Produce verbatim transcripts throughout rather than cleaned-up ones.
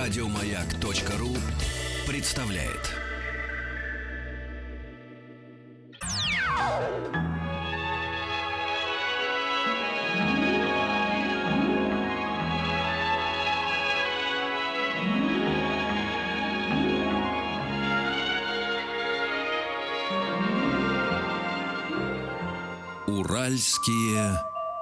Радиомаяк.ру представляет. Уральские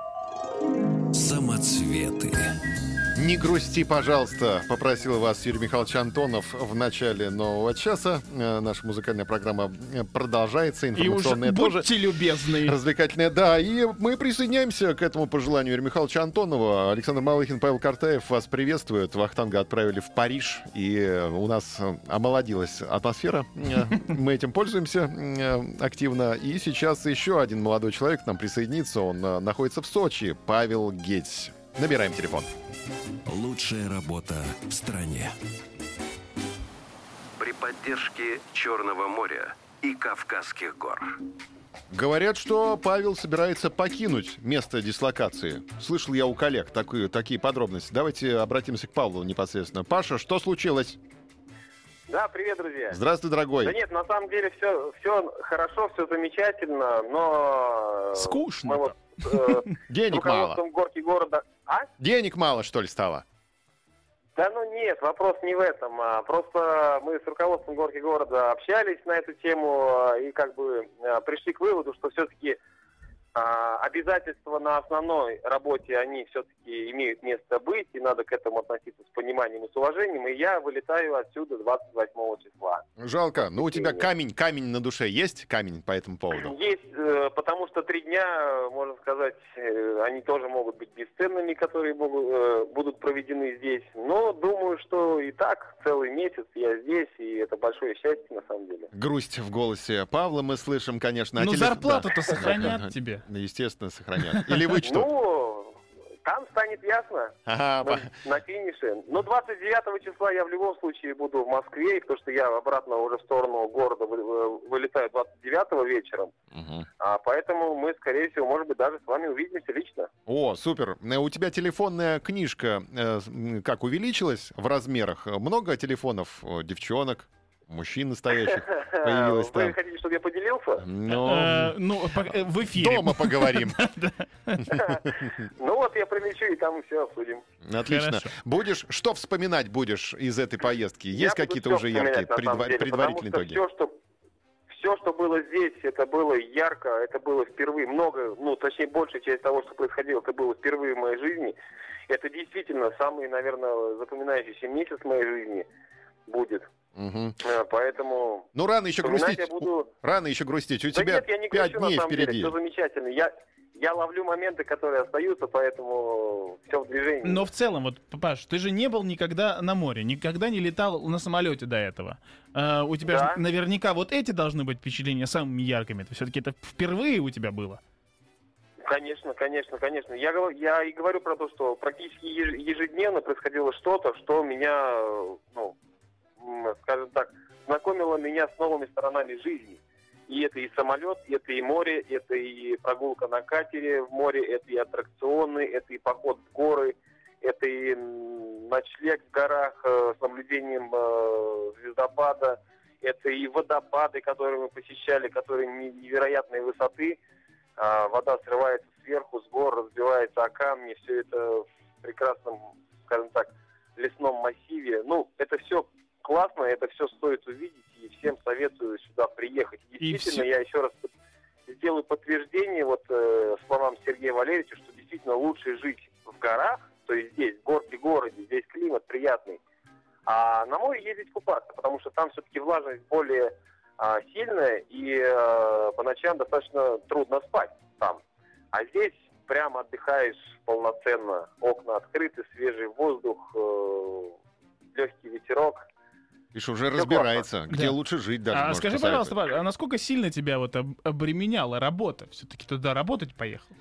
самоцветы. Не грусти, пожалуйста, попросил вас Юрий Михайлович Антонов в начале нового часа. Наша музыкальная программа продолжается, информационная и тоже. Будьте любезны. Развлекательная, да. И мы присоединяемся к этому пожеланию Юрия Михайловича Антонова. Александр Малыхин, Павел Картаев вас приветствуют. Вахтанга отправили в Париж, и у нас омолодилась атмосфера. Мы этим пользуемся активно. И сейчас еще один молодой человек к нам присоединится. Он находится в Сочи. Павел Геть. Набираем телефон. Лучшая работа в стране. При поддержке Черного моря и Кавказских гор. Говорят, что Павел собирается покинуть место дислокации. Слышал я у коллег такие, такие подробности. Давайте обратимся к Павлу непосредственно. Паша, что случилось? Да, привет, друзья. Здравствуй, дорогой. Да нет, на самом деле все, все хорошо, все замечательно, но... Скучно. Мы вот, э, Денег мало. Горки города... А? Денег мало, что ли, стало? Да ну нет, вопрос не в этом. А просто мы с руководством Горки города общались на эту тему и как бы пришли к выводу, что все-таки а, обязательства на основной работе, они все-таки имеют место быть, и надо к этому относиться с пониманием и с уважением. И я вылетаю отсюда двадцать восьмого числа. Жалко. Ну, у тебя камень, камень на душе есть? Камень по этому поводу? Есть, потому что три дня, можно сказать, они тоже могут быть бесценными, которые будут проведены здесь. Но думаю, что и так целый месяц я здесь, и это большое счастье на самом деле. Грусть в голосе Павла мы слышим, конечно. Ну, телеф... зарплату-то да. сохранят тебе. Естественно, сохранят. Или вычтут. Ну, там станет ясно. Ага, на, на финише. Но двадцать девятого числа я в любом случае буду в Москве, потому что я обратно уже в сторону города вылетаю двадцать девятого вечером. Угу. А поэтому мы, скорее всего, может быть, даже с вами увидимся лично. О, супер. У тебя телефонная книжка э, как увеличилась в размерах? Много телефонов девчонок? Мужчин настоящих появилось там. Вы хотите, чтобы я поделился? Ну, ну в эфире. Дома поговорим. Ну вот я прилечу, и там все обсудим. Отлично. Будешь, что вспоминать будешь из этой поездки? Есть какие-то уже яркие предварительные итоги? Все, что было здесь, это было ярко, это было впервые. Много, ну, точнее, большая часть того, что происходило, это было впервые в моей жизни. Это действительно самый, наверное, запоминающийся месяц в моей жизни будет. Угу. Поэтому... Ну, рано еще грустить. Буду... Рано еще грустить. У да тебя нет, я не пять грущу, дней на самом впереди. Деле, все замечательно. Я, я ловлю моменты, которые остаются, поэтому все в движении. Но в целом, вот, Паш, ты же не был никогда на море, никогда не летал на самолете до этого. А, у тебя да. же наверняка вот эти должны быть впечатления самыми яркими. Это все-таки это впервые у тебя было. Конечно, конечно, конечно. Я, я и говорю про то, что практически ежедневно происходило что-то, что меня, ну, скажем так, знакомило меня с новыми сторонами жизни. И это и самолет, это и море, это и прогулка на катере в море, это и аттракционы, это и поход в горы, это и ночлег в горах э, с наблюдением э, звездопада, это и водопады, которые мы посещали, которые невероятной высоты. Э, вода срывается сверху, с гор, разбивается о камни, все это в прекрасном, скажем так, лесном массиве. Ну, это все классно, это все стоит увидеть, и всем советую сюда приехать. Действительно, я еще раз сделаю подтверждение вот э, словам Сергея Валерьевича, что действительно лучше жить в горах, то есть здесь, в Горке городе, здесь климат приятный, а на море ездить купаться, потому что там все-таки влажность более а, сильная, и а, по ночам достаточно трудно спать там. А здесь прямо отдыхаешь полноценно, окна открыты, свежий воздух, э, легкий ветерок. Видишь, уже разбирается, где да. лучше жить даже. А скажи, пожалуйста, Паш, а насколько сильно тебя вот обременяла работа? Все-таки туда работать поехал?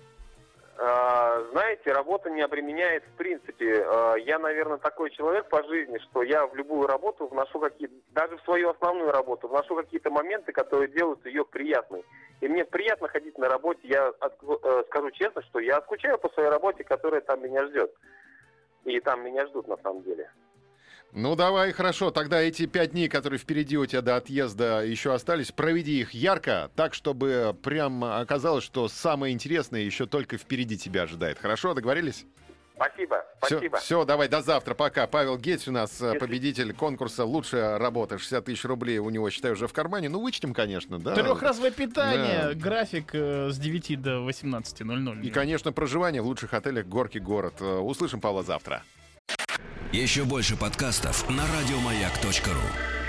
А, знаете, работа не обременяет в принципе. А, я, наверное, такой человек по жизни, что я в любую работу вношу какие-то, даже в свою основную работу, вношу какие-то моменты, которые делают ее приятной. И мне приятно ходить на работе. Я от, э, скажу честно, что я скучаю по своей работе, которая там меня ждет. И там меня ждут на самом деле. Ну, давай, хорошо. Тогда эти пять дней, которые впереди у тебя до отъезда еще остались, проведи их ярко, так, чтобы прям оказалось, что самое интересное еще только впереди тебя ожидает. Хорошо, договорились? Спасибо, Все, спасибо. все, давай, до завтра, пока. Павел Геть у нас, Если- победитель конкурса «Лучшая работа». шестьдесят тысяч рублей у него, считай, уже в кармане. Ну, вычтем, конечно, да. Трехразовое питание, Да. график э, с девяти до восемнадцати ноль ноль. И, конечно, проживание в лучших отелях «Горки город». Э, Услышим Павла завтра. Еще больше подкастов на радиомаяк точка ру.